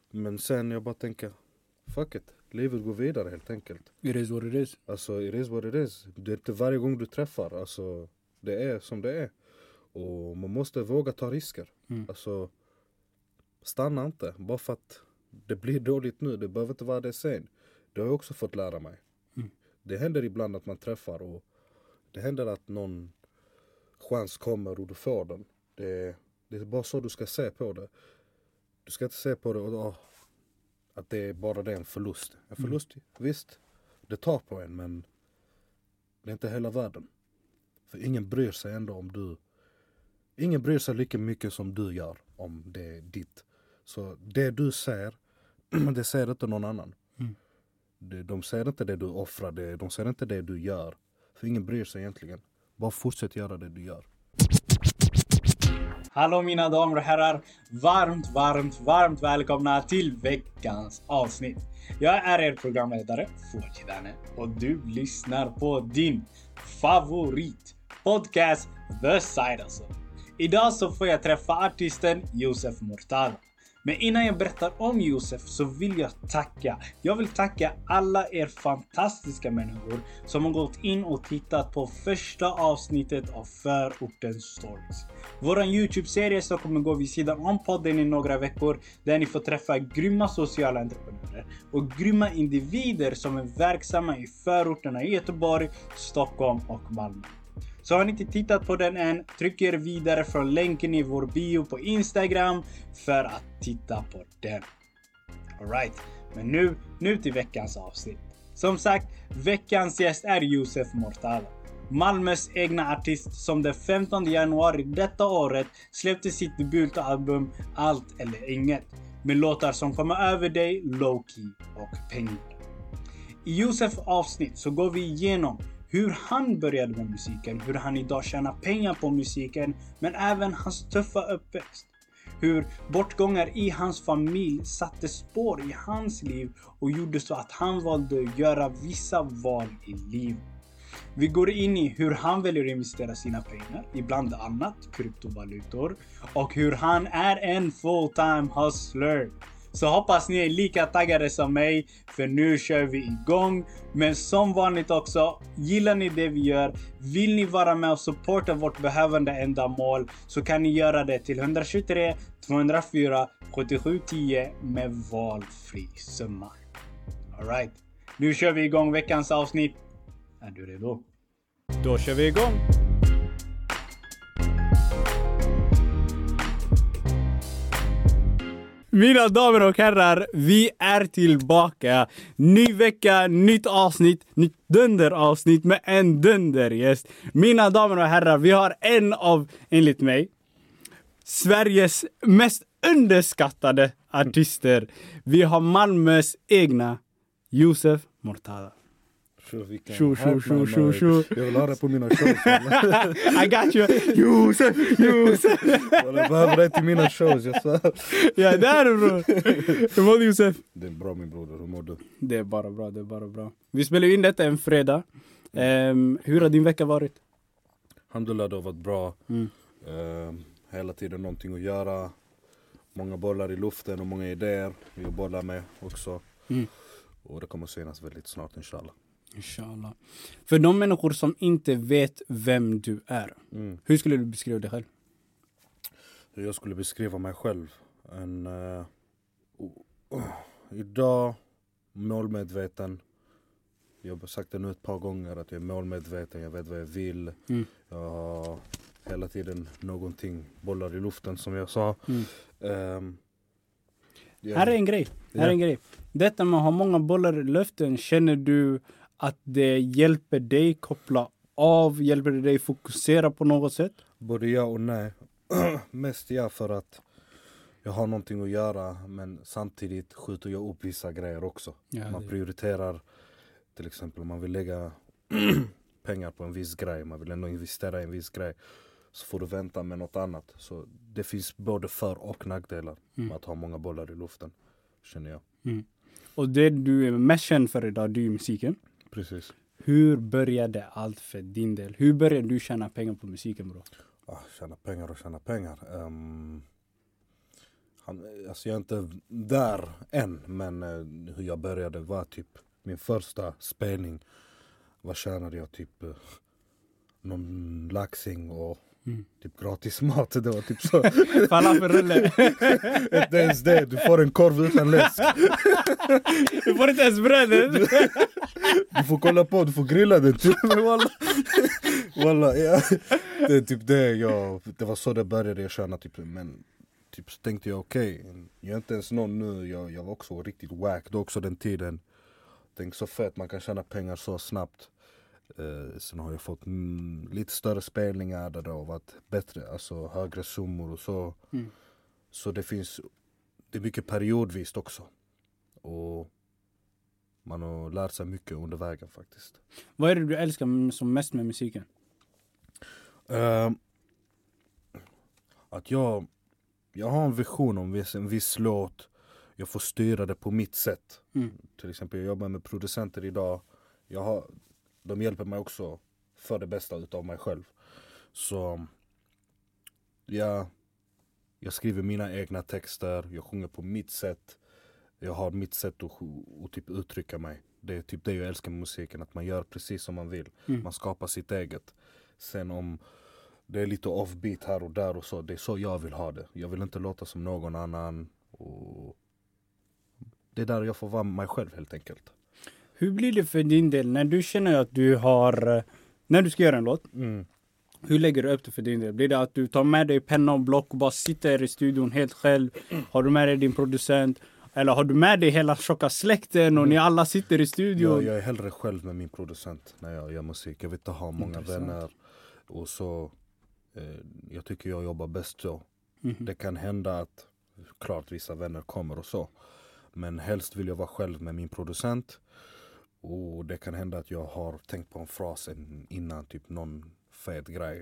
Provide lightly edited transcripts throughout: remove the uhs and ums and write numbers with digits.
Men sen jag bara tänker, fuck it. Livet går vidare helt enkelt. It is what it is. Alltså, it is what it is. Det är inte varje gång du träffar. Alltså, det är som det är. Och man måste våga ta risker. Alltså, stanna inte. Bara för att det blir dåligt nu. Det behöver inte vara det sen. Det har jag också fått lära mig. Det händer ibland att man träffar och det händer att någon chans kommer och du får den. Det är bara så du ska se på det. Du ska inte se på det och att det är bara det en förlust. En förlust, visst. Det tar på en, men det är inte hela världen. För ingen bryr sig ändå om du. Ingen bryr sig lika mycket som du gör om det är ditt. Så det du ser, det ser inte någon annan. De ser inte det du offrar, de ser inte det du gör. För ingen bryr sig egentligen. Bara fortsätt göra det du gör. Hallå mina damer och herrar, varmt välkomna till veckans avsnitt. Jag är er programledare, Fouad, och du lyssnar på din favorit podcast, The Side Hustle. Idag så får jag träffa artisten Yousef Mortada. Men innan jag berättar om Yousef så vill jag vill tacka alla er fantastiska människor som har gått in och tittat på första avsnittet av Förortens Stories. Våran YouTube-serie som kommer gå vid sidan om podden i några veckor, där ni får träffa grymma sociala entreprenörer och grymma individer som är verksamma i förorterna i Göteborg, Stockholm och Malmö. Så har ni inte tittat på den än, tryck er vidare från länken i vår bio på Instagram för att titta på den. Alright, men nu till veckans avsnitt. Som sagt, veckans gäst är Yousef Mortada. Malmös egna artist som den 15 januari detta året släppte sitt debutalbum Allt eller Inget. Med låtar som Kommer över dig, Low Key och Pengar. I Yousef avsnitt så går vi igenom hur han började med musiken, hur han idag tjänar pengar på musiken, men även hans tuffa uppväxt. Hur bortgångar i hans familj satte spår i hans liv och gjorde så att han valde att göra vissa val i livet. Vi går in i hur han väljer att investera sina pengar, ibland annat kryptovalutor, och hur han är en full-time hustler. Så hoppas ni är lika taggade som mig, för nu kör vi igång. Men som vanligt också, gillar ni det vi gör, vill ni vara med och supporta vårt behövande ändamål, så kan ni göra det till 123 204 7710 med valfri summa. Alright, nu kör vi igång veckans avsnitt. Är du redo? Då kör vi igång! Mina damer och herrar, vi är tillbaka. Ny vecka, nytt avsnitt, nytt dunderavsnitt med en dundergäst. Mina damer och herrar, vi har en av, enligt mig, Sveriges mest underskattade artister. Vi har Malmös egna Yousef Mortada. Sure. Jag vill ha det på mina shows. I got you. Yousef. Jag behöver det till mina shows, jag sa. Ja, det är det, bro. Hur mår du, Yousef? Det är bra, min broder. Hur mår du? Det är bara bra. Vi spelar in detta en fredag. Hur har din vecka varit? Alhamdulillah, det har varit bra. Hela tiden någonting att göra. Många bollar i luften och många idéer vi bollar med också. Och det kommer synas väldigt snart, inshallah. Inshallah. För de människor som inte vet vem du är, hur skulle du beskriva dig själv? Jag skulle beskriva mig själv idag målmedveten. Jag har sagt det nu ett par gånger att jag är målmedveten, jag vet vad jag vill. Jag har hela tiden någonting, bollar i luften som jag sa. Här är en grej. Detta med att ha många bollar i luften, känner du att det hjälper dig koppla av, hjälper det dig fokusera på något sätt? Både ja och nej. Mest ja, för att jag har någonting att göra, men samtidigt skjuter jag upp vissa grejer också. Ja, man prioriterar, till exempel om man vill lägga pengar på en viss grej, man vill ändå investera i en viss grej, så får du vänta med något annat. Så det finns både för- och nackdelar med att ha många bollar i luften, känner jag. Och det du är mest känd för idag, det är musiken. Precis. Hur började allt för din del? Hur började du tjäna pengar på musiken, bro? Tjäna pengar. Alltså jag är inte där än, men hur jag började var typ min första spelning. Vad tjänade jag typ någon laxing och typ gratis mat. Det var typ så. Falafelrulle. Inte ens det, du får en korv utan läsk. Du får inte ens brödet. Du får kolla på, du får grilla den typ. Walla, ja. Det är typ det var så det började jag känna typ, men typ så tänkte jag okej, jag är inte ens någon nu, jag var också riktigt wack då också den tiden. Tänkte så fett, man kan tjäna pengar så snabbt. Sen har jag fått lite större spelningar där det har varit bättre, alltså högre summor och så. Så det är mycket periodvis också. Och man har lärt sig mycket under vägen faktiskt. Vad är det du älskar som mest med musiken? Att jag har en vision om en viss låt. Jag får styra det på mitt sätt. Till exempel jag jobbar med producenter idag. De hjälper mig också för det bästa utav mig själv. Så jag skriver mina egna texter. Jag sjunger på mitt sätt. Jag har mitt sätt att typ uttrycka mig. Det är typ det jag älskar med musiken. Att man gör precis som man vill. Man skapar sitt eget. Sen om det är lite offbeat här och där och så. Det är så jag vill ha det. Jag vill inte låta som någon annan. Och det är där jag får vara mig själv helt enkelt. Hur blir det för din del när du känner att du har... När du ska göra en låt. Hur lägger du upp det för din del? Blir det att du tar med dig penna och block och bara sitter i studion helt själv? Har du med dig din producent? Eller har du med dig hela tjocka släkten och ni alla sitter i studion? Jag är hellre själv med min producent när jag gör musik. Jag vill inte ha många vänner. Och så, jag tycker jag jobbar bäst så. Det kan hända att klart vissa vänner kommer och så. Men helst vill jag vara själv med min producent. Och det kan hända att jag har tänkt på en fras innan typ någon fet grej.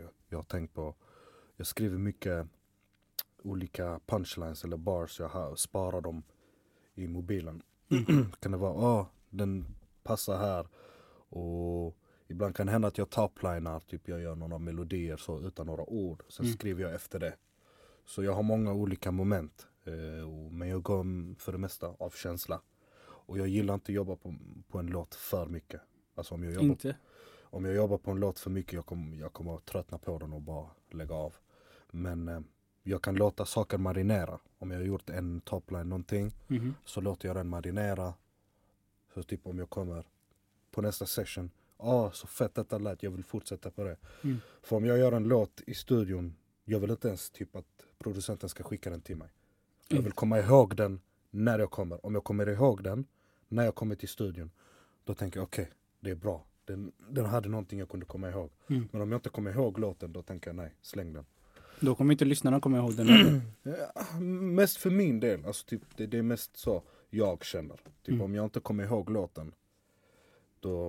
Jag skriver mycket olika punchlines eller bars. Jag sparar dem i mobilen. Kan det vara, den passar här. Och ibland kan det hända att jag toplinar, typ jag gör några melodier så utan några ord. Sen skriver jag efter det. Så jag har många olika moment. Men jag går för det mesta av känsla. Och jag gillar inte att jobba på en låt för mycket. Alltså om jag jobbar på en låt för mycket, jag kommer att tröttna på den och bara lägga av. Men jag kan låta saker marinera. Om jag har gjort en topline någonting, så låter jag den marinera. Så typ om jag kommer på nästa session, så fett detta lät, jag vill fortsätta på det. För om jag gör en låt i studion, jag vill inte ens typ att producenten ska skicka den till mig. Jag vill komma ihåg den när jag kommer. Om jag kommer ihåg den när jag kommer till studion, då tänker jag okej, det är bra. Den hade någonting jag kunde komma ihåg. Men om jag inte kommer ihåg låten, då tänker jag nej, släng den. Då kommer inte lyssnarna komma ihåg den. Mest för min del. Alltså, typ, det är mest så jag känner. Typ, om jag inte kommer ihåg låten, då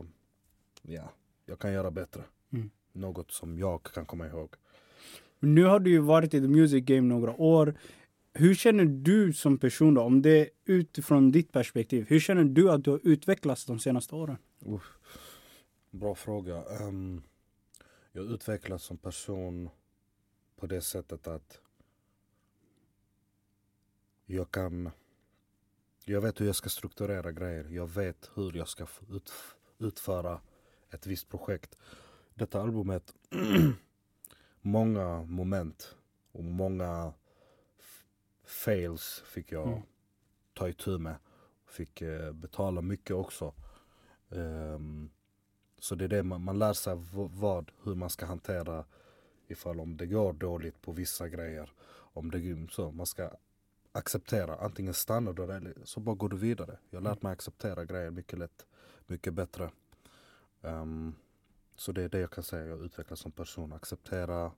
jag kan göra bättre. Något som jag kan komma ihåg. Nu har du ju varit i the music game några år. Hur känner du som person då? Om det är utifrån ditt perspektiv. Hur känner du att du har utvecklats de senaste åren? Bra fråga. Jag har utvecklats som person på det sättet att jag vet hur jag ska strukturera grejer. Jag vet hur jag ska utföra ett visst projekt. Detta albumet, många moment och många fails fick jag ta itu med. Fick betala mycket också. Så det är det man lär sig hur man ska hantera ifall om det går dåligt på vissa grejer. Om det så man ska acceptera, antingen stanna då eller så bara går du vidare. Jag har lärt mig acceptera grejer mycket lätt, mycket bättre. Så det är det jag kan säga, jag utvecklas som person. Acceptera,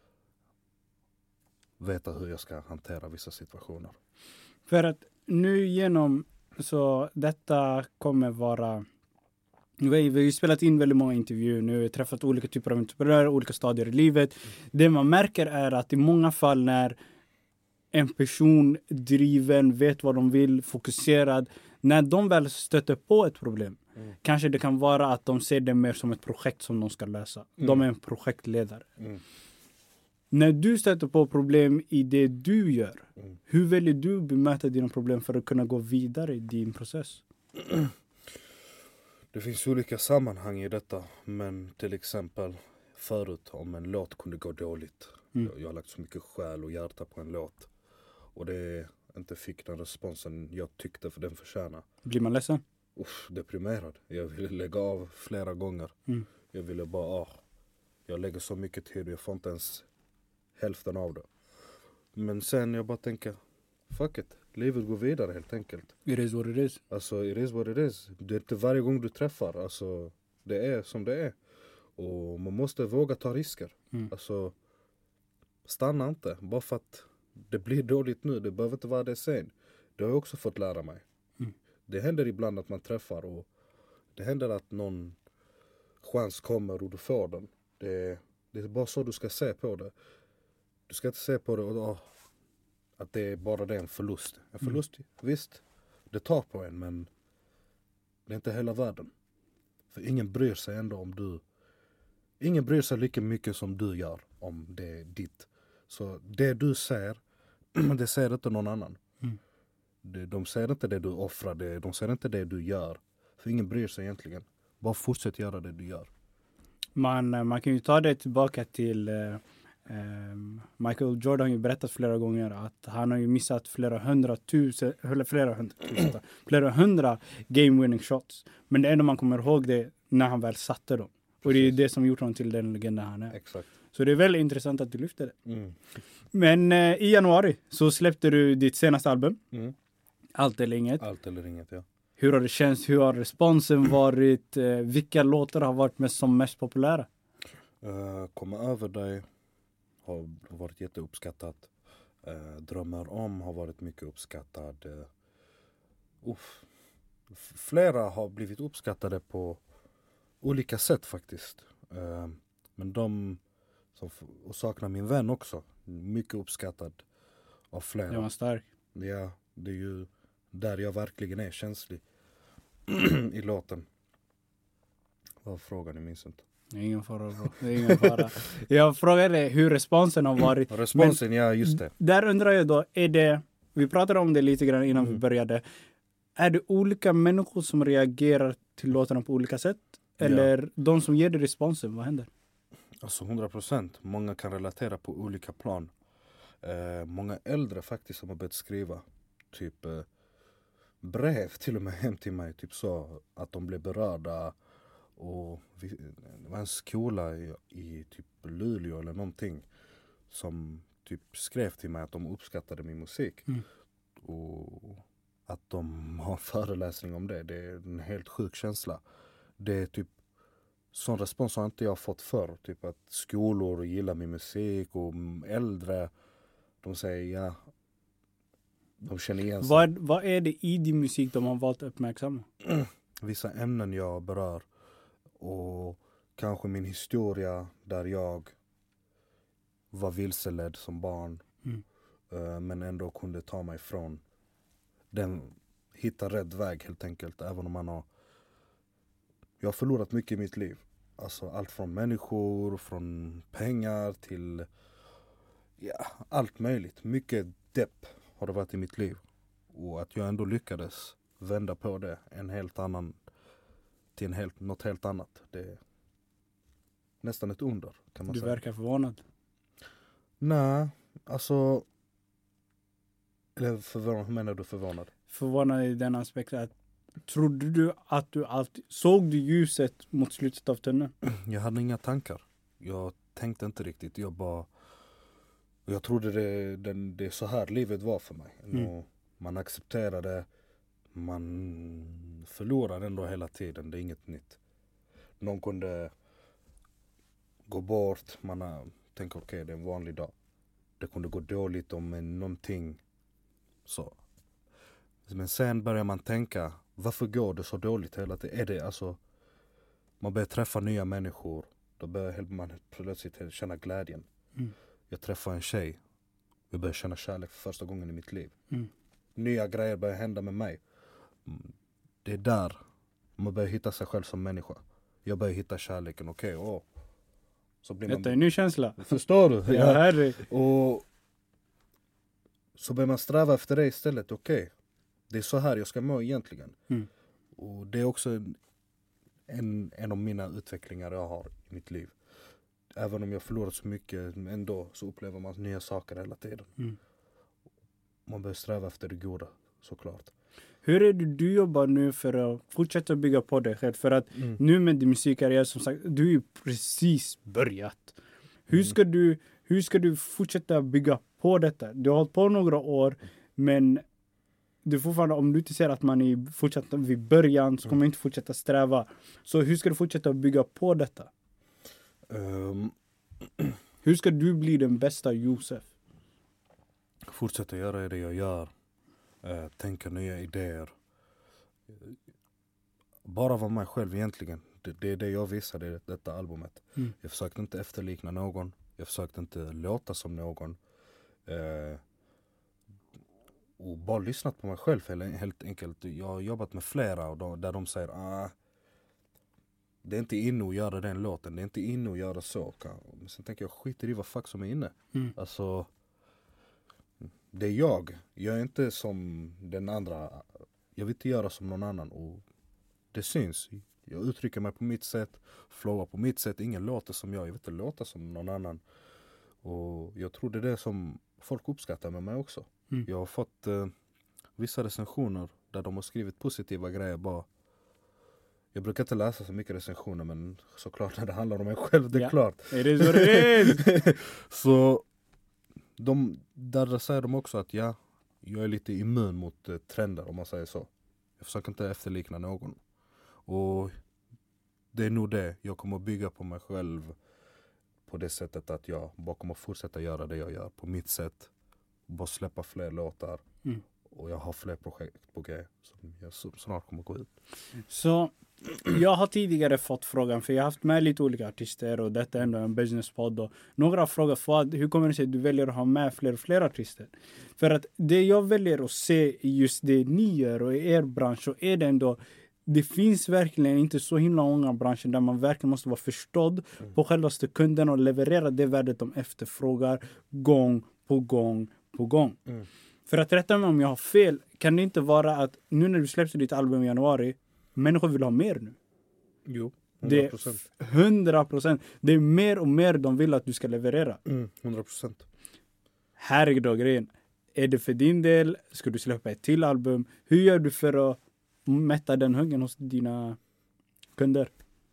veta hur jag ska hantera vissa situationer. För att nu genom så detta kommer vara... Vi har ju spelat in väldigt många intervjuer nu. Vi har träffat olika typer av entreprenörer, olika stadier i livet. Det man märker är att i många fall när en person driven, vet vad de vill, fokuserad, när de väl stöter på ett problem, kanske det kan vara att de ser det mer som ett projekt som de ska lösa. De är en projektledare. När du stöter på problem i det du gör, hur väljer du bemöta dina problem för att kunna gå vidare i din process? Det finns olika sammanhang i detta. Men till exempel förut om en låt kunde gå dåligt. Jag har lagt så mycket själ och hjärta på en låt. Och det inte fick den responsen jag tyckte för den förtjänar. Blir man ledsen? Deprimerad. Jag ville lägga av flera gånger. Jag ville bara, jag lägger så mycket tid och jag får inte ens hälften av det. Men sen jag bara tänker, fuck it. Livet går vidare helt enkelt. It is what it is. Alltså, it is what it is. Det är inte varje gång du träffar. Alltså, det är som det är. Och man måste våga ta risker. Alltså, stanna inte. Bara för att det blir dåligt nu. Det behöver inte vara det sen. Det har jag också fått lära mig. Det händer ibland att man träffar och det händer att någon chans kommer och du får den. Det är bara så du ska se på det. Du ska inte se på det och att det är bara det en förlust. En förlust, visst. Det tar på en, men det är inte hela världen. För ingen bryr sig ändå om du. Ingen bryr sig lika mycket som du gör om det är ditt. Så det du ser, det ser inte någon annan. De ser inte det du offrar, de ser inte det du gör. För ingen bryr sig egentligen. Bara fortsätt göra det du gör. Man kan ju ta det tillbaka till Michael Jordan har ju berättat flera gånger att han har ju missat flera hundra game winning shots. Men det enda man kommer ihåg det när han väl satte dem. Och det är det som gjort honom till den legenden han är. Exakt. Så det är väldigt intressant att du lyfter det. Men i januari så släppte du ditt senaste album. Allt eller inget. Allt eller inget, ja. Hur har det känts? Hur har responsen varit? Vilka låtar har varit som mest populära? Komma över dig har varit jätteuppskattat. Drömmer om har varit mycket uppskattad. Flera har blivit uppskattade på olika sätt faktiskt. Men de som saknar min vän också. Mycket uppskattad av flera. Det var stark. Ja, det är ju där jag verkligen är känslig i låten. Vad var frågan? Jag minns inte. Ingen fara. Jag frågade hur responsen har varit. Responsen, ja just det. Där undrar jag då, vi pratade om det lite grann innan vi började. Är det olika människor som reagerar till låtarna på olika sätt? Eller de som ger dig responsen, vad händer? Alltså 100%. Många kan relatera på olika plan. Många äldre faktiskt som har börjat skriva. Typ brev till och med hem till mig. Typ så att de blev berörda. Och det var en skola i typ Luleå eller någonting. Som typ skrev till mig att de uppskattade min musik. Och att de har föreläsning om det. Det är en helt sjuk känsla. Det är typ sån respons har inte jag fått förr. Typ att skolor gillar min musik och äldre, de säger ja, de känner igen sig. Vad är det i din musik de har valt att uppmärksamma? Vissa ämnen jag berör och kanske min historia där jag var vilseledd som barn men ändå kunde ta mig från den, hitta rätt väg helt enkelt, även om jag har förlorat mycket i mitt liv. Alltså allt från människor, från pengar till allt möjligt. Mycket depp har det varit i mitt liv. Och att jag ändå lyckades vända på det till något helt annat. Det är nästan ett under, kan man säga. Du verkar förvånad. Nej, alltså... Eller förvånad, hur menar du förvånad? Förvånad i den aspekten att trodde du att du alltid såg du ljuset mot slutet av tunneln? Jag hade inga tankar. Jag tänkte inte riktigt. Jag trodde det är så här livet var för mig. Och man accepterade. Man förlorar ändå hela tiden. Det är inget nytt. Någon kunde gå bort. Man tänker okej, det är en vanlig dag. Det kunde gå dåligt om någonting så. Men sen börjar man tänka, varför går det så dåligt hela tiden? Är det alltså, man börjar träffa nya människor. Då börjar man plötsligt känna glädjen. Jag träffar en tjej. Jag börjar känna kärlek för första gången i mitt liv. Nya grejer börjar hända med mig. Det är där man börjar hitta sig själv som människa. Jag börjar hitta kärleken. Så blir Detta är en ny känsla. Förstår du? Ja, herre. Och så börjar man sträva efter det istället. Okej, det är så här jag ska må egentligen. Och det är också en av mina utvecklingar jag har i mitt liv. Även om jag förlorat så mycket, ändå så upplever man nya saker hela tiden. Man bör sträva efter det goda, såklart. Hur är det du jobbar nu för att fortsätta bygga på dig själv? För att nu med din musikkarriär, som sagt, du är ju precis börjat. Hur ska du fortsätta bygga på detta? Du har hållit på några år, men du fortfarande, om du inte ser att man är fortsatt vid början, så kommer man inte fortsätta sträva. Så hur ska du fortsätta bygga på detta? Hur ska du bli den bästa Josef? Fortsätta göra det jag gör. Tänka nya idéer. Bara vara mig själv egentligen. Det är det jag visade i detta albumet. Jag försökte inte efterlikna någon. Jag försökte inte låta som någon. Och bara lyssnat på mig själv helt enkelt. Jag har jobbat med flera och där de säger det är inte inne att göra den låten. Det är inte inne att göra så. Men sen tänker jag, skiter i vad fuck som är inne. Alltså, det är jag. Jag är inte som den andra. Jag vill inte göra som någon annan. Och det syns. Jag uttrycker mig på mitt sätt. Flowar på mitt sätt. Ingen låter som jag. Jag vill inte låta som någon annan. Och jag tror det är det som folk uppskattar med mig också. Jag har fått vissa recensioner där de har skrivit positiva grejer bara. Jag brukar inte läsa så mycket recensioner, men såklart när det handlar om mig själv, det är klart. Är det så det är? Så där säger de också att jag är lite immun mot trender, om man säger så. Jag försöker inte efterlikna någon. Och det är nog det. Jag kommer att bygga på mig själv på det sättet att jag bara kommer att fortsätta göra det jag gör på mitt sätt. Bara släppa fler låtar. Och jag har fler projekt på G som jag snart kommer gå ut. Så jag har tidigare fått frågan, för jag har haft med lite olika artister och detta är ändå en businesspodd. Och några har frågat, Fuad, hur kommer det sig att du väljer att ha med fler och fler artister? För att det jag väljer att se i just det ni gör och i er bransch, så är det ändå, det finns verkligen inte så himla många branscher där man verkligen måste vara förstådd på självaste kunden och leverera det värdet de efterfrågar gång på gång på gång. För att rätta mig om jag har fel, kan det inte vara att nu när du släppte ditt album i januari, människor vill ha mer nu? Jo, 100%. Det är 100%. Det är mer och mer de vill att du ska leverera. 100%. Här är då grejen. Är det för din del? Ska du släppa ett till album? Hur gör du för att mätta den hungern hos dina kunder?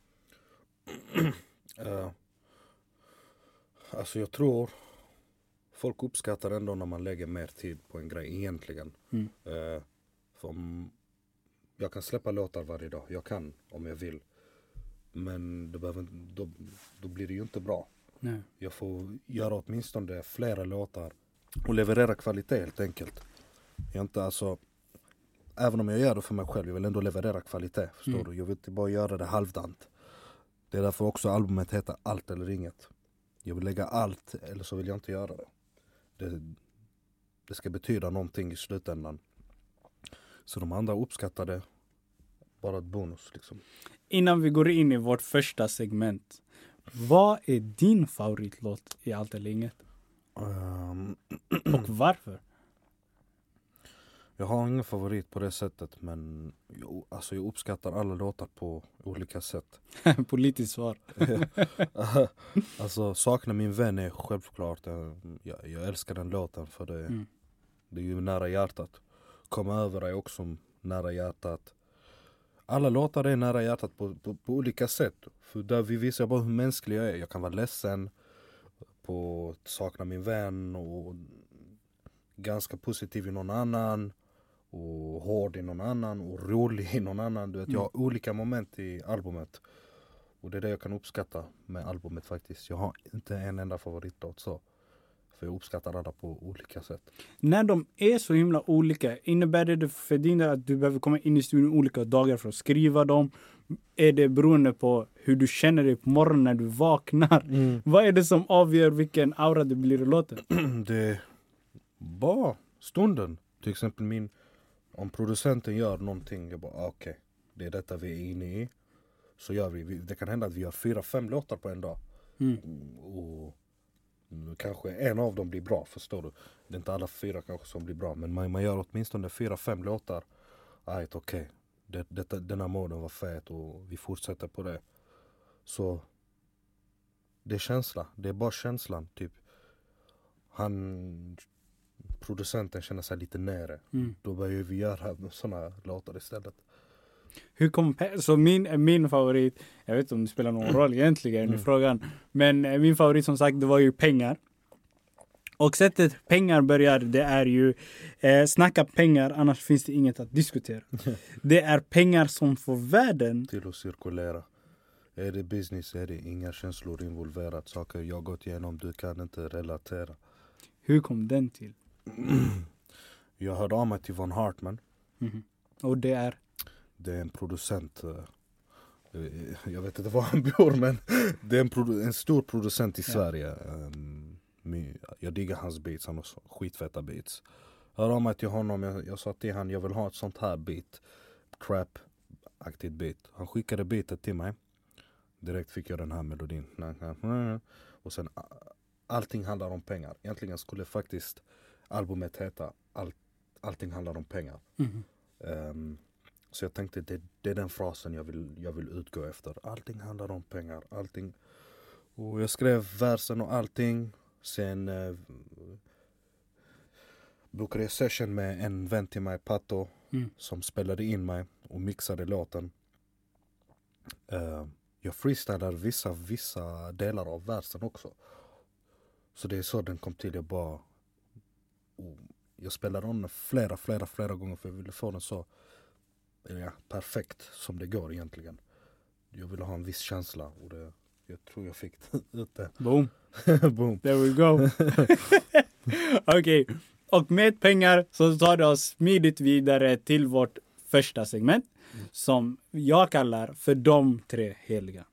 Alltså jag tror folk uppskattar ändå när man lägger mer tid på en grej egentligen. För jag kan släppa låtar varje dag. Jag kan om jag vill. Men då blir det ju inte bra. Nej. Jag får göra åtminstone flera låtar och leverera kvalitet helt enkelt. Jag inte alltså, även om jag gör det för mig själv, jag vill ändå leverera kvalitet. Förstår du? Jag vill inte bara göra det halvdant. Det är därför också albumet heter Allt eller inget. Jag vill lägga allt, eller så vill jag inte göra det. Det ska betyda någonting i slutändan. Så de andra uppskattar det. Bara ett bonus liksom. Innan vi går in i vårt första segment, vad är din favoritlåt i Allt eller inget? Och varför? Jag har ingen favorit på det sättet, men jag uppskattar alla låtar på olika sätt. Politiskt svar. Alltså Sakna min vän är självklart. Jag älskar den låten för det är ju nära hjärtat. Kom över är också nära hjärtat. Alla låtar är nära hjärtat på olika sätt. För där vi visar bara hur mänsklig jag är. Jag kan vara ledsen på Sakna min vän och ganska positiv i någon annan och hård i någon annan och rolig i någon annan. Du vet, jag har olika moment i albumet. Och det är det jag kan uppskatta med albumet faktiskt. Jag har inte en enda favoritlåt så. För jag uppskattar alla på olika sätt. När de är så himla olika, innebär det för din del att du behöver komma in i studion olika dagar för att skriva dem? Är det beroende på hur du känner dig på morgonen när du vaknar? Vad är det som avgör vilken aura det blir i låten? Det är bara stunden. Till exempel om producenten gör någonting, jag bara det är detta vi är inne i. Så gör vi. Det kan hända att vi gör 4-5 låtar på en dag. Och kanske en av dem blir bra, förstår du. Det är inte alla 4 kanske som blir bra, men man gör åtminstone 4-5 låtar. Okej. Denna moden var fet och vi fortsätter på det. Så det är känsla, det är bara känslan typ. Producenten känner sig lite nere. Då börjar vi göra såna låtar istället. Hur kom så min favorit, jag vet inte om det spelar någon roll egentligen i frågan, men min favorit som sagt, det var ju pengar. Och sättet pengar börjar, det är ju snacka pengar, annars finns det inget att diskutera. Det är pengar som får världen till att cirkulera. Är det business, är det inga känslor involverat. Saker jag gått igenom, du kan inte relatera. Hur kom den till? Jag hörde av mig till Von Hartman. Och det är? Det är en producent. Jag vet inte var han bor, men det är en stor producent i Sverige. Jag diggar hans beats, han har skitfeta beats. Jag hörde av mig till honom, jag sa till han, jag vill ha ett sånt här beat. Trap-aktigt beat. Han skickade beatet till mig. Direkt fick jag den här melodin. Och sen allting handlar om pengar. Egentligen skulle faktiskt albumet heta Allting handlar om pengar. Så jag tänkte det är den frasen jag vill utgå efter. Allting handlar om pengar. Allting. Och jag skrev versen och allting. Sen bokade jag session med en vän till mig, Pato, som spelade in mig och mixade låten. Jag freestylar vissa delar av versen också. Så det är så den kom till. Jag spelade den flera gånger för jag ville få den så perfekt som det går egentligen. Jag ville ha en viss känsla och jag tror jag fick ut det. Boom. Boom. There we go. Okej. Och med pengar så tar det oss smidigt vidare till vårt första segment. Som jag kallar för de 3 heliga.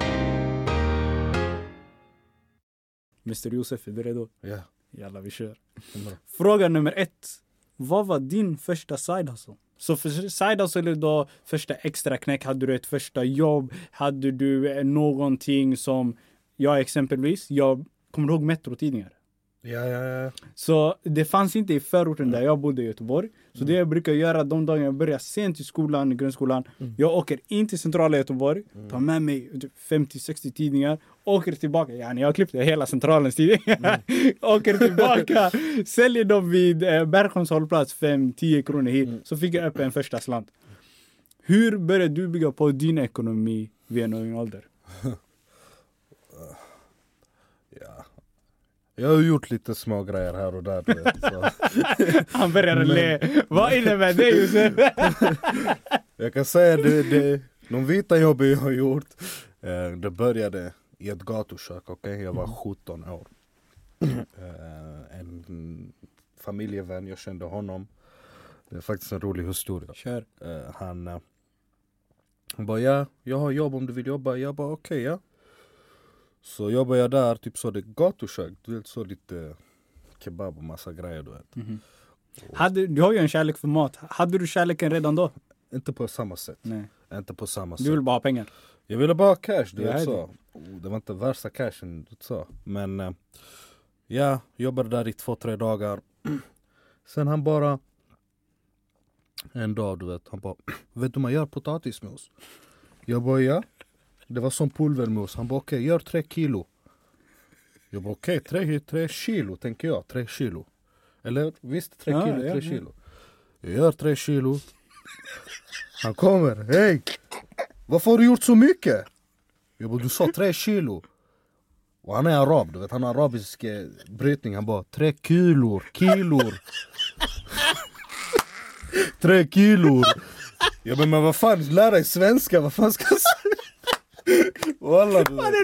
Mr. Josef, är du redo? Ja. Jalla, vi kör. Fråga nummer 1. Vad var din första side hustle? Så för side hustle då, första extra knäck, hade du ett första jobb? Hade du någonting som, jag exempelvis, jag kommer ihåg Metro-tidningar. Ja. Så det fanns inte i förorten där jag bodde i Göteborg. Så det jag brukar göra de dagar jag börjar sent i skolan, i grundskolan. Jag åker in till centrala Göteborg, tar med mig 50-60 tidningar, åker tillbaka. Jag har klippt hela centralens tidningar. Åker tillbaka, säljer dem vid Bergsjöns hållplats 5-10 kronor hit. Så fick jag upp en första slant. Hur började du bygga på din ekonomi vid en ung ålder? Ja. Jag har gjort lite små grejer här och där. Så. Han började le. Vad innebär det, Josef? Jag kan säga de vita jobben jag har gjort. Det började i ett gatukök. Okay? Jag var 17 år. En familjevän, jag kände honom. Det är faktiskt en rolig historia. Kör. Han bara, jag har jobb om du vill jobba. Jag bara, okej, ja. Så jobbade jag där, typ så det gatukök. Du vet, så lite kebab och massa grejer, du vet. Du har ju en kärlek för mat. Hade du kärleken redan då? Inte på samma sätt. Nej. Inte på samma sätt. Du vill bara ha pengar? Jag ville bara ha cash, du vet så. Det var inte värsta cashen, du vet så. Men ja, jobbade där i 2-3 dagar. Sen han bara en dag, du vet, han bara, vet du man gör potatismos? Jag bara, ja. Det var som pulvermos. Han bara, okej, gör 3 kilo. Jag bara, okej, 3 kilo, tänker jag. 3 kilo. Eller visst, 3 kilo, 3 kilo. Jag gör 3 kilo. Han kommer, hej! Varför har du gjort så mycket? Jag bara, du sa 3 kilo. Och han är arab, du vet, han har arabisk brytning. Han bara, 3 kilor. 3 kilor. Jag bara, men vad fan, lär dig svenska, vad fan ska jag säga? Wallah, du vet.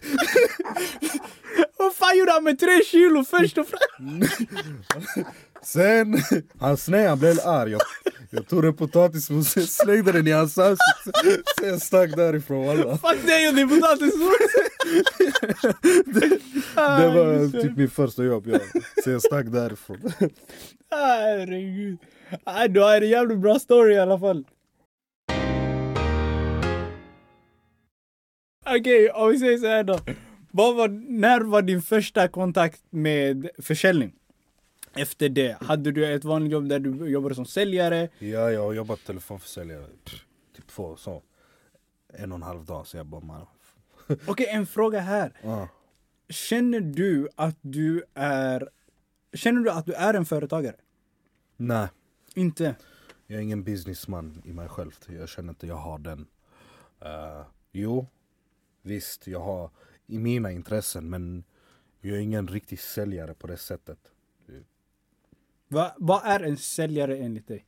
Vad fan gjorde han med 3 kilo först och främst? Sen, han blev arg. Jag tog en potatismos och slängde den i hans ansikte. Sen jag stack därifrån, wallah. Fuck dig och din potatismos! Det var typ min första jobb, ja. Sen jag stack därifrån. Herregud. Du har en jävligt bra story i alla fall. Okej, om vi säger så här då. När var din första kontakt med försäljning? Efter det, hade du ett vanligt jobb där du jobbade som säljare? Ja, jag har jobbat telefonförsäljare typ 1,5 dag så jag bara man. Okej, en fråga här. Känner du att du är en företagare? Nej. Inte? Jag är ingen businessman i mig själv. Jag känner inte jag har den. Jo, visst, jag har i mina intressen, men jag är ingen riktig säljare på det sättet. Vad är en säljare enligt dig?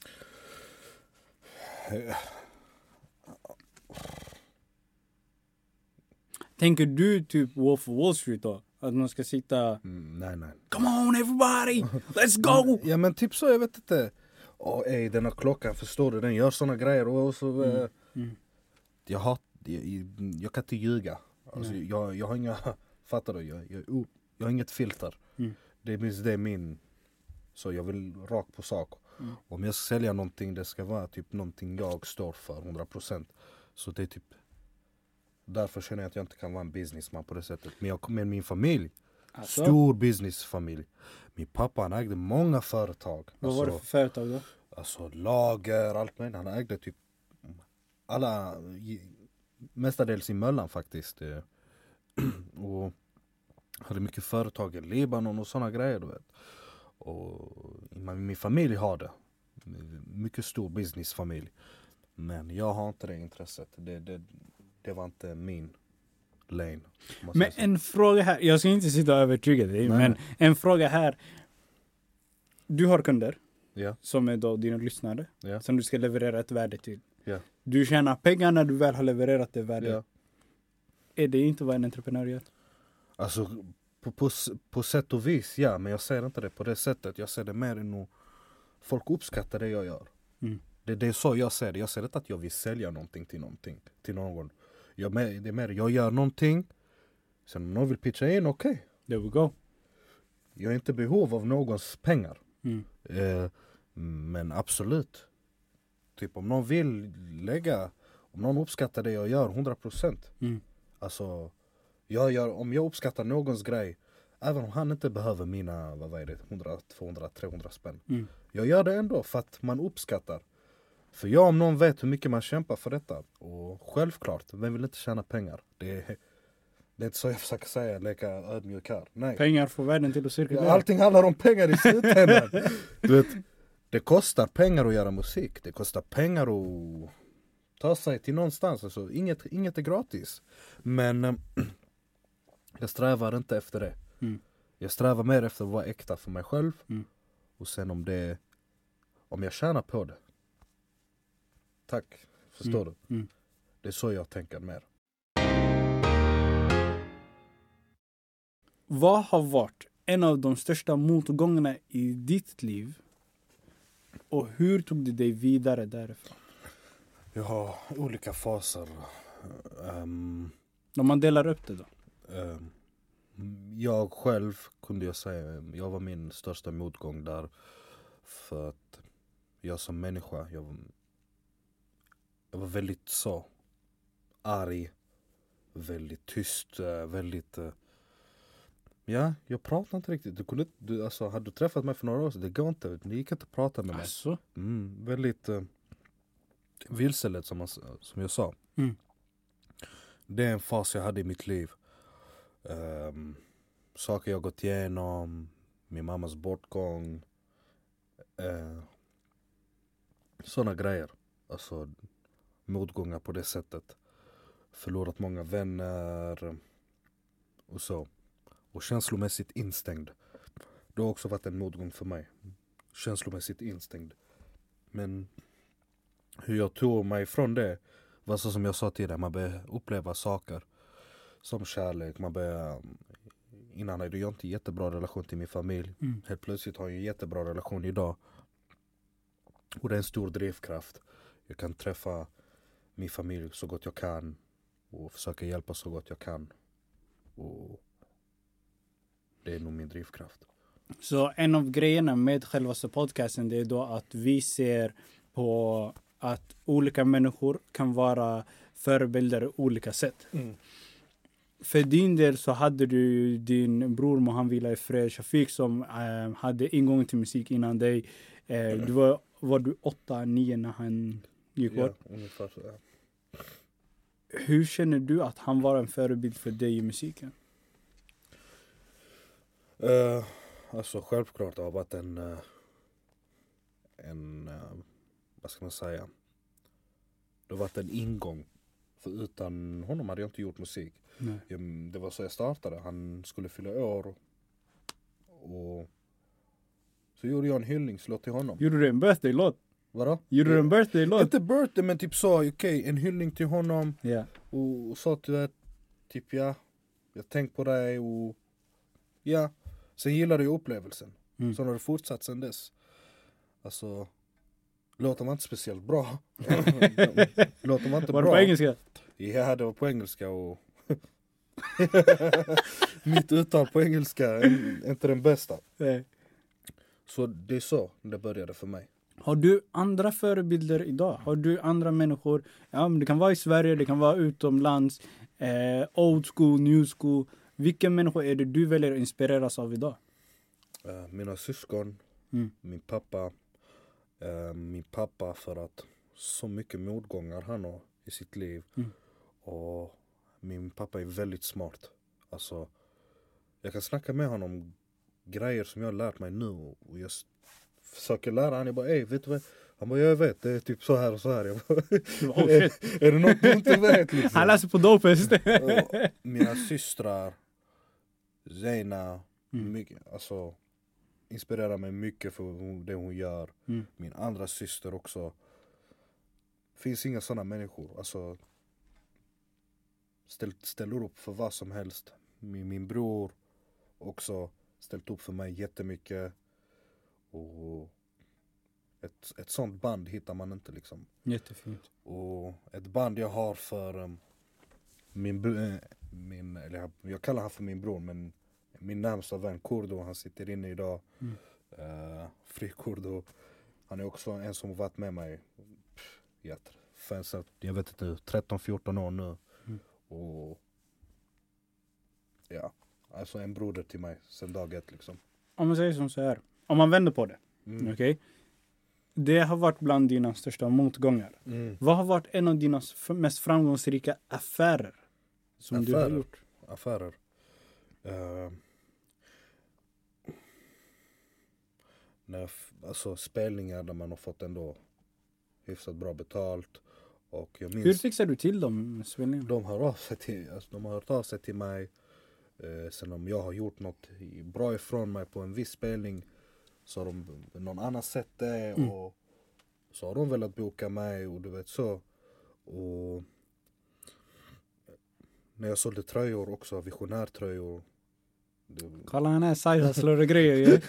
Tänker du typ Wolf of Wall Street då? Att man ska sitta... Nej. Come on everybody, let's go! Ja men typ så, jag vet inte. Den här klockan, förstår du? Den gör såna grejer och så... Jag kan inte ljuga. Alltså, jag har inga... Fattar du? Jag har inget filter. Det är min... Så jag vill rakt på sak. Om jag ska sälja någonting, det ska vara typ någonting jag står för 100%. Så det är typ... Därför känner jag att jag inte kan vara en businessman på det sättet. Men jag kommer med min familj. Alltså? Stor businessfamilj. Min pappa, han ägde många företag. Vad var det för företag då? Alltså lager, allt möjligt. Han ägde typ alla, mestadels i Möllan faktiskt. Och hade mycket företag i Libanon och såna grejer, du vet. Och min familj har det. Mycket stor businessfamilj. Men jag har inte det intresset. Det var inte min lane. Men en fråga här. Jag ska inte sitta och övertyga dig. Nej. Men en fråga här. Du har kunder. Yeah. Som är då dina lyssnare. Yeah. Som du ska leverera ett värde till. Yeah. Du tjänar pengar när du väl har levererat det värde. Yeah. Är det inte vad en entreprenör gör? Alltså på sätt och vis, ja. Men jag ser inte det på det sättet. Jag ser det mer än att folk uppskattar det jag gör. Det är så jag ser det. Jag ser inte att jag vill sälja någonting till någon. Det är mer, jag gör någonting. Sen om någon vill pitcha in, okej. There we go. Jag är inte i behov av någons pengar. Men absolut. Typ om någon vill om någon uppskattar det jag gör 100%. Alltså, om jag uppskattar någons grej, även om han inte behöver mina, 100, 200, 300 spänn. Jag gör det ändå för att man uppskattar. För om någon vet hur mycket man kämpar för detta. Och självklart, vem vill inte tjäna pengar? Det är inte så jag försöker säga, leka ödmjuk här. Nej. Pengar får världen till att cirkulera. Allting handlar om pengar i slutändan. Du vet, det kostar pengar att göra musik. Det kostar pengar att ta sig till någonstans. Alltså, inget är gratis. Men jag strävar inte efter det. Jag strävar mer efter att vara äkta för mig själv. Och sen om jag tjänar på det. Tack, förstår du? Det är så jag tänker mer. Vad har varit en av de största motgångarna i ditt liv? Och hur tog du dig vidare därifrån? Jag har olika faser. Om man delar upp det då? Jag själv kunde jag säga, jag var min största motgång där. För att jag som människa, jag var väldigt så arg, väldigt tyst, väldigt... Ja, jag pratade inte riktigt. Alltså, hade du träffat mig för några år sedan, det går inte. Det gick inte att prata med mig. Alltså? Väldigt vilseledd som jag sa. Det är en fas jag hade i mitt liv. Saker jag gått igenom, min mammas bortgång. Såna grejer. Alltså motgångar på det sättet. Förlorat många vänner och så. Och känslomässigt instängd. Det har också varit en motgång för mig. Känslomässigt instängd. Men hur jag tog mig från det var så som jag sa till dig. Man börjar uppleva saker som kärlek. Innan hade jag inte jättebra relation till min familj. Helt plötsligt har jag en jättebra relation idag. Och det är en stor drivkraft. Jag kan träffa min familj så gott jag kan. Och försöka hjälpa så gott jag kan. Och det är nog min drivkraft. Så en av grejerna med själva podcasten, det är då att vi ser på att olika människor kan vara förebilder på olika sätt. för din del så hade du din bror Mohan Vila i fred, Shafiq, som hade ingång till musik innan dig. Var du 8-9 när han gick bort? Ja, ungefär så, ja. Hur känner du att han var en förebild för dig i musiken? Alltså självklart det har varit en vad ska man säga? Det har varit en ingång. För utan honom hade jag inte gjort musik. Det var så jag startade. Han skulle fylla år. Och så gjorde jag en hyllningslåt till honom. Gjorde du en birthday-låt? Vadå? Gjorde du en birthday-låt? Inte birthday, men typ så, okej, en hyllning till honom. Ja. Och sa att typ jag tänkt på dig och ja. Sen gillade jag upplevelsen. Så har det fortsatt sen dess. Alltså, låten var inte speciellt bra. Låten var inte var bra. Var det på engelska? Ja, det var på engelska och mitt uttal på engelska är inte den bästa. Nej. Så det är så det började för mig. Har du andra förebilder idag? Har du andra människor? Ja, men det kan vara i Sverige, det kan vara utomlands. Old school, new school. Vilka människor är det du väljer att inspireras av idag? Mina syskon, min pappa för att så mycket motgångar han har i sitt liv. Och min pappa är väldigt smart. Alltså, jag kan snacka med honom om grejer som jag har lärt mig nu. Och jag försöker lära han. Jag bara, vet du vad? Han bara, jag vet, det är typ så här och så här. Jag bara, är det något du inte vet? Liksom? Han läser på Dopest. Mina systrar, Zeina, mycket, alltså, inspirerar mig mycket för det hon gör. Min andra syster också. Finns inga sådana människor. Alltså, ställer upp för vad som helst. Min bror också ställt upp för mig jättemycket. Och ett sånt band hittar man inte liksom. Jättefint. Och ett band jag har för eller jag kallar han för min bror, men min närmsta vän Kurdo, han sitter inne idag. Fri Kurdo. Han är också en som har varit med mig. Jag vet inte, 13-14 år nu. Och ja, alltså en broder till mig sen dag ett liksom. Om man säger som så här, om man vänder på det, okej? Det har varit bland dina största motgångar. Vad har varit en av dina mest framgångsrika affärer som du har gjort? Affärer? Alltså spelningar där man har fått ändå hyfsat bra betalt. Och jag minns, hur fixar du till dem spelningarna? De har hört av sig till mig. Sen om jag har gjort något bra ifrån mig på en viss spelning, så har de någon annan sett det. Och så har de velat boka mig och du vet så. Och när jag sålde tröjor också, visionärtröjor. Kolla han här Saida slår och grejer.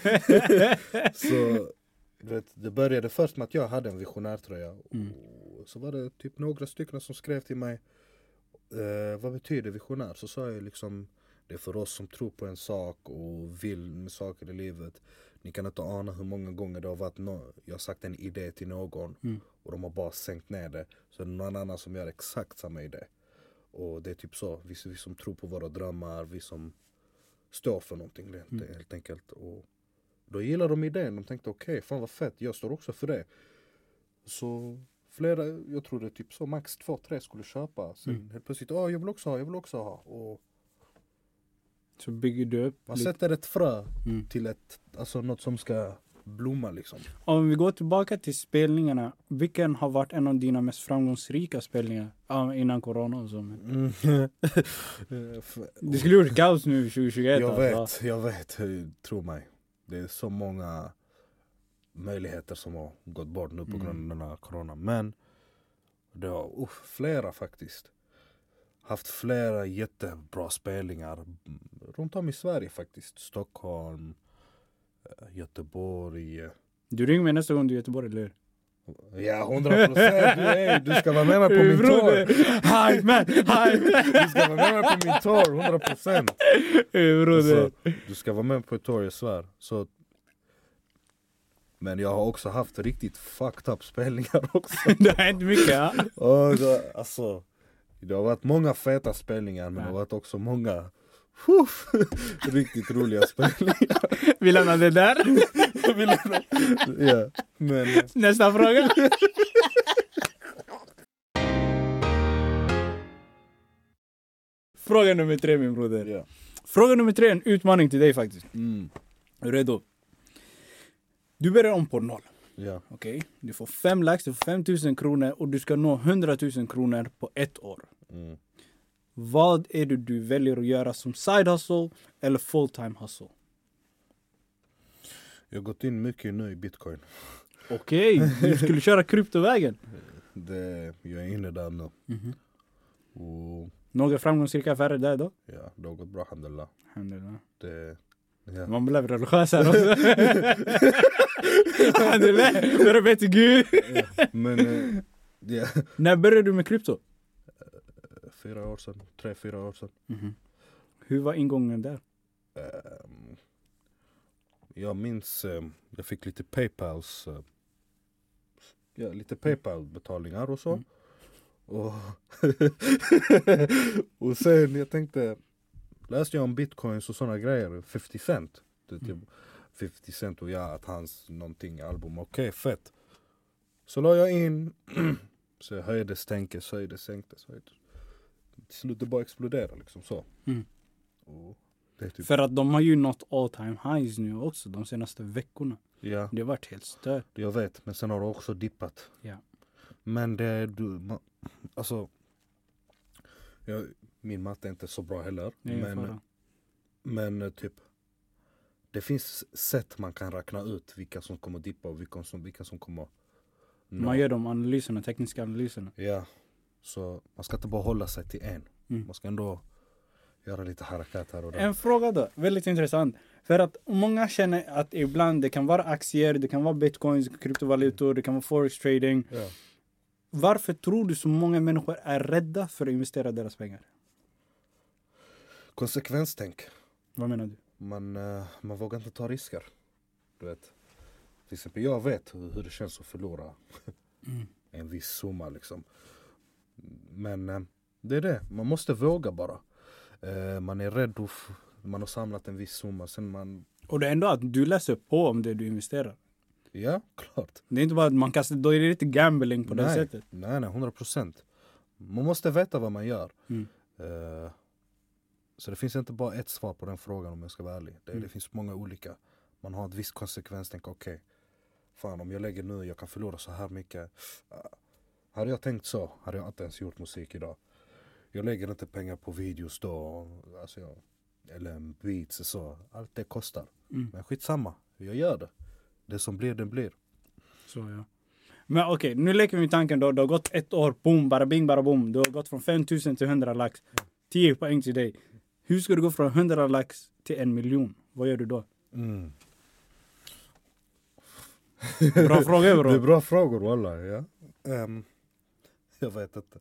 Så du vet, det började först med att jag hade en visionärtröja. Och så var det typ några stycken som skrev till mig, vad betyder visionär? Så sa jag liksom, det är för oss som tror på en sak och vill med saker i livet. Ni kan inte ana hur många gånger det har varit jag har sagt en idé till någon och de har bara sänkt ner det. Så är det någon annan som gör exakt samma idé. Och det är typ så, vi som tror på våra drömmar, vi som står för någonting helt enkelt. Och då gillar de idén, de tänkte okej, fan vad fett, jag står också för det. Så flera, jag tror det är typ så, max 2-3 skulle köpa. Sen helt plötsligt, jag vill också ha. Och så bygger du upp. Man sätter ett frö till alltså något som ska blomma liksom. Om vi går tillbaka till spelningarna, vilken har varit en av dina mest framgångsrika spelningar innan corona och så? Det skulle gjort kaos nu 2021. Jag vet, tro mig. Det är så många möjligheter som har gått bort nu på grund av den här corona. Men det har flera faktiskt. Haft flera jättebra spelningar runt om i Sverige faktiskt. Stockholm, Göteborg. Du ringer mig nästa gång du är i Göteborg, eller? Ja, 100%. Du ska vara med mig på min tour. Hi man. Du ska vara med mig på min tour, 100%. Så, du ska vara med på ett tour, jag svär. Så, men jag har också haft riktigt fucked up spelningar också. Det har hänt mycket, ja. Och då, alltså, Det har varit många feta spelningar, men det har varit också många riktigt roliga spelningar. Vi lämnar det där. Ja, men... Nästa fråga. Fråga nummer 3, min broder. Ja. Fråga nummer 3 är en utmaning till dig faktiskt. Är du redo? Du börjar om på 0. Ja. Okej? Du får 5 lax, du får 5 000 kronor och du ska nå 100 000 kronor på 1 år. Vad är det du väljer att göra som side hustle eller full time hustle? Jag har gått in mycket nu i bitcoin. Okej, du skulle köra kryptovägen. Jag är inne där nu. Och Några framgångsrika affärer där då? ja, det har gått bra, alhamdulillah. Alhamdulillah. Ja. Man blev religiös här också. Alhamdulillah, det är bättre Gud. Men ja. När började du med krypto? 3-4 år sedan. Hur var ingången där? Jag minns, jag fick lite lite Paypal-betalningar och så. Och sen jag tänkte, läste jag om bitcoins och såna grejer, 50 Cent. Det typ 50 Cent och att hans någonting album, okej, fett. Så la jag in, så jag höjde, sänktes. Till slut det bara exploderade liksom så. Och det är typ... För att de har ju nått all time highs nu också de senaste veckorna. Ja. Det har varit helt stört. Jag vet, men sen har det också dippat. Ja. Men alltså, min matte är inte så bra heller. Men typ, det finns sätt man kan räkna ut vilka som kommer dippa och vilka som kommer nå. Man gör de analyserna, tekniska analyserna. Ja, så man ska inte bara hålla sig till en. Man ska ändå göra lite harakat här och där. En fråga då, väldigt intressant. För att många känner att ibland det kan vara aktier, det kan vara bitcoins, kryptovalutor, det kan vara forex trading. Ja. Varför tror du så många människor är rädda för att investera deras pengar? Konsekvenstänk. Vad menar du? Man vågar inte ta risker. Du vet. Till exempel jag vet hur det känns att förlora en viss summa liksom. Men det är det. Man måste våga bara. Man är rädd och man har samlat en viss summa. Och det är ändå att du läser på om det du investerar. Ja, klart. Det är inte bara att man kastar, då är det lite gambling på det sättet. Nej, 100%. Man måste veta vad man gör. Så det finns inte bara ett svar på den frågan om jag ska vara ärlig. Det finns många olika. Man har ett visst konsekvenstänk. Okej, fan om jag lägger nu, jag kan förlora så här mycket. Hade jag tänkt så, hade jag inte ens gjort musik idag. Jag lägger inte pengar på videos då. Alltså eller beats och så. Allt det kostar. Men skitsamma, jag gör det. Det som blir, det blir. Så ja. Men okej, nu leker vi med tanken då. Det har gått 1 år, boom, bara bing, bara boom. Du har gått från 5 000 till 100 lax. 10 poäng till dig. Hur ska du gå från 100 lax till 1 miljon? Vad gör du då? Bra frågor, bro. Det är bra frågor, wallah, ja. Jag vet inte.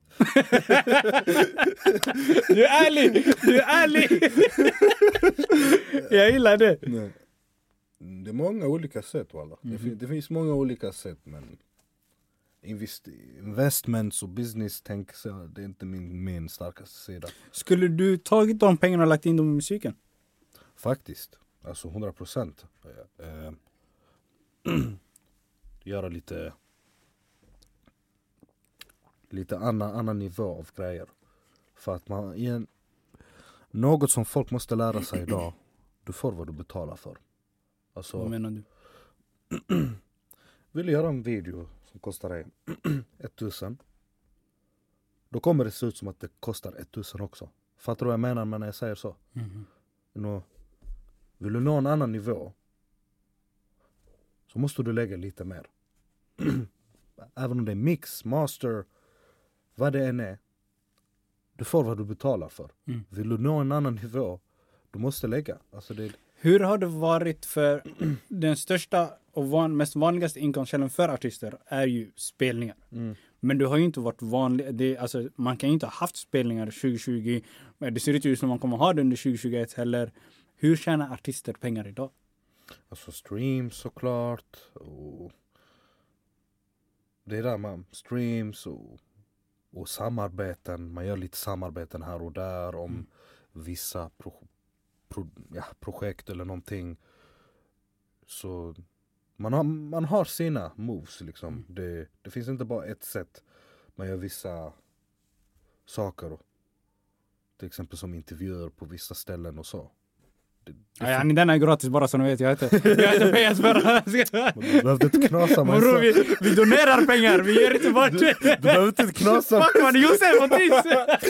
Du är ärlig! Jag gillar det. Nej. Det är många olika sätt, wallah. Det finns många olika sätt, men investments och business, tänk så, det är inte min starkaste sida. Skulle du tagit de pengarna och lagt in dem i musiken? Faktiskt. Alltså 100%. Göra lite annan nivå av grejer. För att något som folk måste lära sig idag, du får vad du betalar för. Alltså, vad menar du? Vill du göra en video som kostar dig 1000, då kommer det se ut som att det kostar 1000 också. Fattar du vad jag menar när jag säger så? Vill du nå en annan nivå, så måste du lägga lite mer. Även om det är mix, master, vad det än är, du får vad du betalar för. Vill du nå en annan nivå, du måste lägga. Alltså Hur har det varit för den största och mest vanligaste inkomstkällan för artister är ju spelningar. Men du har ju inte varit vanlig. Alltså, man kan ju inte ha haft spelningar 2020. Men det ser inte ut som man kommer ha det under 2021 heller. Hur tjänar artister pengar idag? Alltså streams såklart. Och det är där man streams och Och samarbeten, man gör lite samarbeten här och där om vissa projekt eller någonting. Så man har sina moves liksom. Det finns inte bara ett sätt. Man gör vissa saker. Till exempel som intervjuer på vissa ställen och så. Den är gratis bara så ni vet. Jag heter PS bara. Du behövde inte knasa mig. Vi donerar pengar, vi ger inte bort. Du behöver inte knasa. Fuck man, Josef och Triss.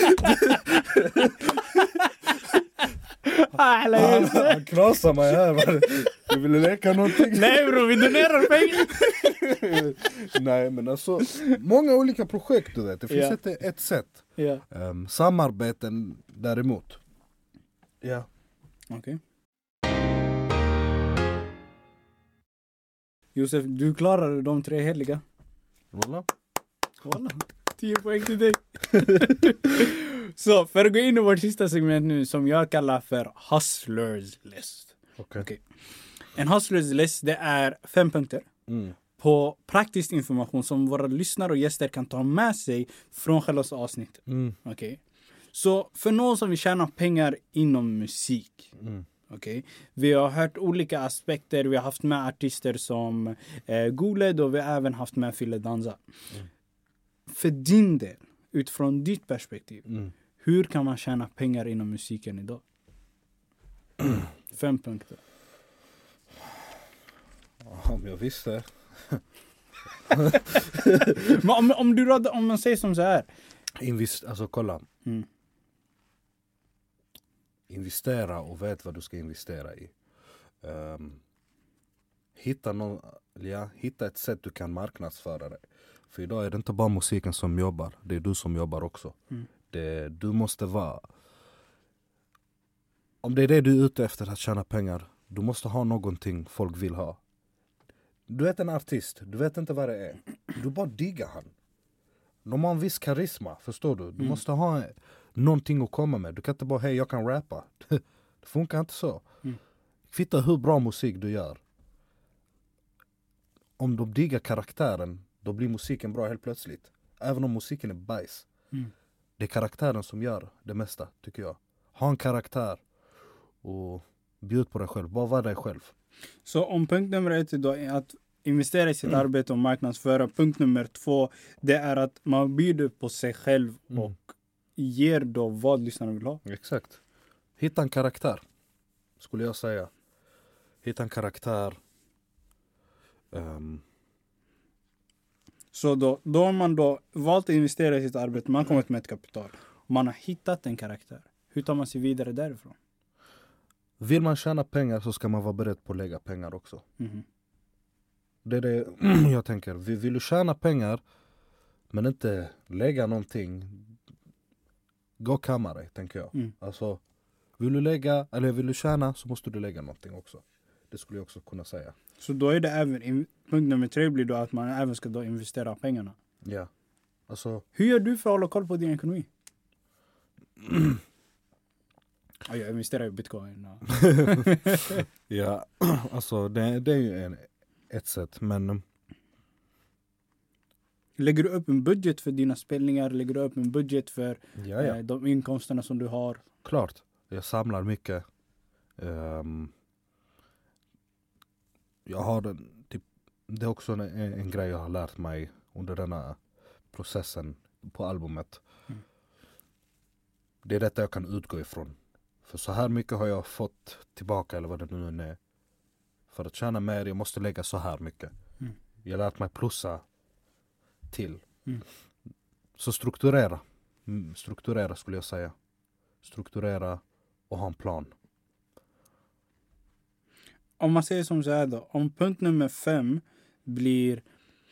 Han knasar mig här. Du ville leka någonting. Nej bro, vi donerar pengar. Nej men alltså, många olika projekt du vet. Det finns inte ett sätt. Samarbeten däremot. Ja. Okej. Josef, du klarade de 3 heliga. Voilà. 10 poäng till dig. Så, för att gå in i vårt sista segment nu som jag kallar för Hustlers list. Okej. En Hustlers list, det är 5 punkter. På praktisk information som våra lyssnare och gäster kan ta med sig från själva avsnittet. Okej. Så för någon som vill tjäna pengar inom musik. Okay. Vi har hört olika aspekter. Vi har haft med artister som Goled och vi har även haft med Fille Danza. För din del, utifrån ditt perspektiv, hur kan man tjäna pengar inom musiken idag? 5 punkter. Om jag visste. Men om man säger som så här. Alltså kolla. Investera och vet vad du ska investera i. Hitta ett sätt du kan marknadsföra dig. För idag är det inte bara musiken som jobbar. Det är du som jobbar också. Du måste vara... Om det är det du är ute efter att tjäna pengar. Du måste ha någonting folk vill ha. Du vet en artist. Du vet inte vad det är. Du bara diggar han. De har en viss karisma. Förstår du? Du måste ha någonting att komma med. Du kan inte bara, hej jag kan rappa. Det funkar inte så. Kvitta hur bra musik du gör. Om de diggar karaktären, då blir musiken bra helt plötsligt. Även om musiken är bajs. Det är karaktären som gör det mesta, tycker jag. Ha en karaktär och bjud på dig själv. Bara var dig själv. Så om punkt nummer 1 idag är att investera i sitt arbete och marknadsföra. Punkt nummer 2, det är att man bjuder på sig själv och ger då vad lyssnarna vill ha. Exakt. Hitta en karaktär, skulle jag säga. Hitta en karaktär. Så då har man då valt att investera i sitt arbete. Man har kommit med ett kapital. Man har hittat en karaktär. Hur tar man sig vidare därifrån? Vill man tjäna pengar så ska man vara beredd på att lägga pengar också. Det är det jag tänker. Vill du tjäna pengar men inte lägga någonting, gå och kamma dig, tänker jag. Alltså, vill du tjäna så måste du lägga någonting också. Det skulle jag också kunna säga. Så då är det även, punkt nummer 3 blir då att man även ska då investera pengarna. Ja. Alltså, hur gör du för att hålla koll på din ekonomi? Jag investerar i bitcoin. Ja, alltså det är ju ett sätt, men... Lägger du upp en budget för dina spelningar? Lägger du upp en budget för de inkomsterna som du har? Klart, jag samlar mycket. Jag har det är också en grej jag har lärt mig under denna processen på albumet. Det är detta jag kan utgå ifrån. För så här mycket har jag fått tillbaka, eller vad det nu är. För att tjäna mer, jag måste lägga så här mycket. Jag har lärt mig plussa till. Så strukturera. Strukturera skulle jag säga. Strukturera och ha en plan. Om man säger som så här då. Om punkt nummer 5 blir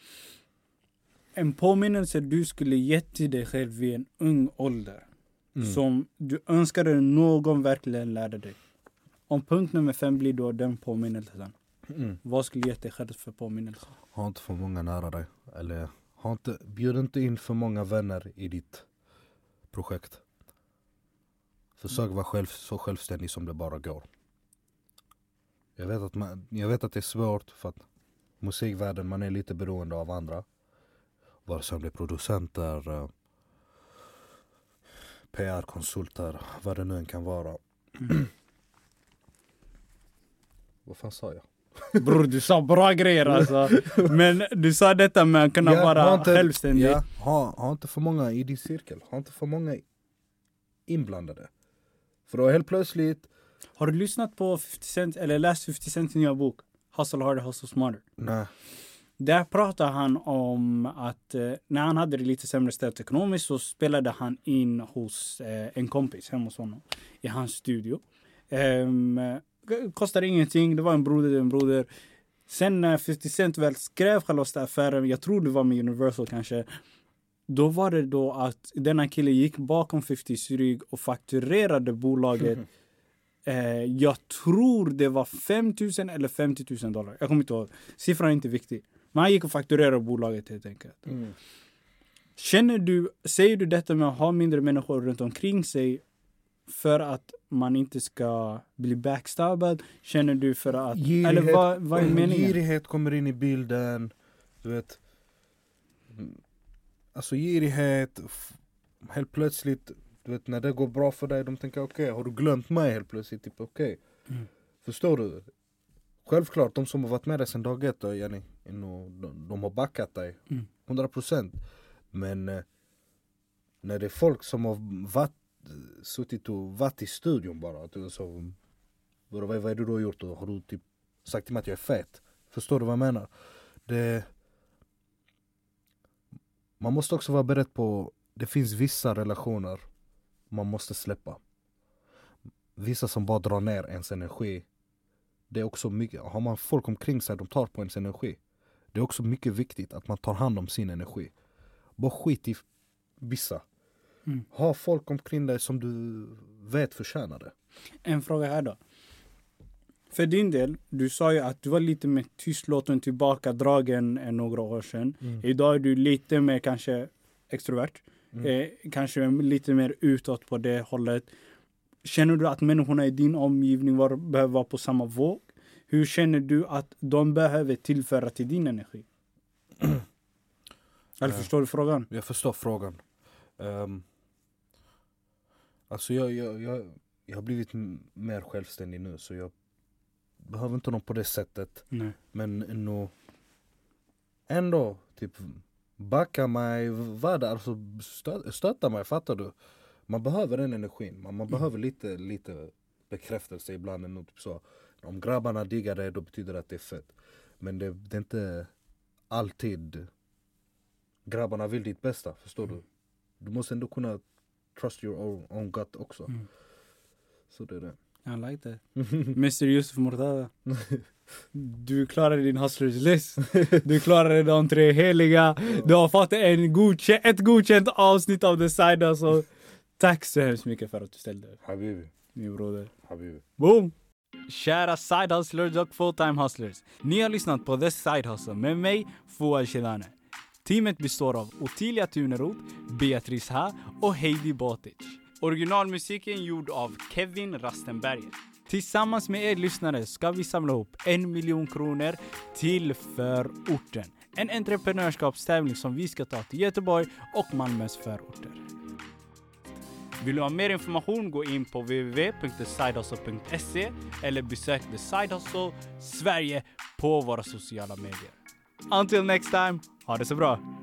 en påminnelse du skulle ge till dig själv vid en ung ålder. Som du önskade någon verkligen lärde dig. Om punkt nummer 5 blir då den påminnelsen. Vad skulle ge dig själv för påminnelse? Ha inte för många nära dig. Eller bjud inte in för många vänner i ditt projekt. Försök vara så självständig som det bara går. Jag vet att det är svårt för att musikvärlden, man är lite beroende av andra. Vare sig det är producenter, PR-konsulter, vad det nu än kan vara. Vad fan sa jag? Bror, du sa bra grejer alltså. Men du sa detta med att kunna vara självständig. Ja, ha inte för många i din cirkel. Ha inte för många inblandade. För då helt plötsligt... Har du lyssnat på 50 Cent eller läst 50 Cents nya bok? Hustle Harder, Hustle Smarter. Nej. Där pratar han om att när han hade det lite sämre ställt ekonomiskt så spelade han in hos en kompis hemma hos honom i hans studio. Kostade ingenting, det var en broder. Sen när 50 Cent väl skrev själva affären, jag tror det var med Universal kanske, då var det då att denna kille gick bakom 50s rygg och fakturerade bolaget. Jag tror det var $5,000 eller $50,000. Jag kommer inte ihåg. Siffran är inte viktig. Men han gick och fakturerade bolaget helt enkelt. Säger du detta med att ha mindre människor runt omkring sig för att man inte ska bli backstabbad? Känner du för att... Girighet, eller vad är meningen? Girighet kommer in i bilden. Du vet. Alltså girighet. Helt plötsligt. Du vet, när det går bra för dig. De tänker okej, har du glömt mig helt plötsligt? Typ okej. Förstår du? Självklart, de som har varit med dig sedan dag ett. De har backat dig. 100%. Men när det är folk som har suttit och varit i studion bara. Så, vad är det du har gjort? Har du typ sagt till mig att jag är fet? Förstår du vad jag menar? Man måste också vara beredd på... Det finns vissa relationer man måste släppa. Vissa som bara drar ner ens energi. Det är också mycket... Har man folk omkring sig, de tar på ens energi. Det är också mycket viktigt att man tar hand om sin energi. Bara skit i vissa. Ha folk omkring dig som du vet förtjänar det. En fråga här då. För din del, du sa ju att du var lite mer tystlåten, tillbakadragen än några år sedan. Idag är du lite mer kanske extrovert. Kanske lite mer utåt på det hållet. Känner du att människorna i din omgivning behöver vara på samma våg? Hur känner du att de behöver tillföra till din energi? Eller förstår du frågan? Jag förstår frågan. Alltså jag har blivit mer självständig nu, så jag behöver inte någon på det sättet. Nej. Men ändå typ backa mig, alltså stötta mig, fattar du? Man behöver den energin. Man behöver lite bekräftelse ibland ändå, typ så. Om grabbarna diggar det, då betyder det att det är fett. Men det är inte alltid grabbarna vill ditt bästa, förstår du? Du måste ändå kunna trust your own gut också. Så det är det. I like that. Mr. Yusuf Mortada. Du klarade din hustlers list. Du klarade de 3 heliga. Du har fått ett godkänt avsnitt av The Side Hustle. Tack så hemskt mycket för att du ställde upp. Habibi. Min broder. Habibi. Boom! Kära Side Hustlers och fulltime hustlers. Ni har lyssnat på The Side Hustle med mig, Fouad Shedane. Teamet består av Ottilia Tuneroth, Beatrice Ha och Heidi Botic. Originalmusiken gjord av Kevin Rastenberger. Tillsammans med er lyssnare ska vi samla ihop 1 miljon kronor till förorten. En entreprenörskapstävling som vi ska ta till Göteborg och Malmös förorter. Vill du ha mer information, gå in på www.thesidehustle.se eller besök The Side Hustle Sverige på våra sociala medier. Until next time, ha det så bra!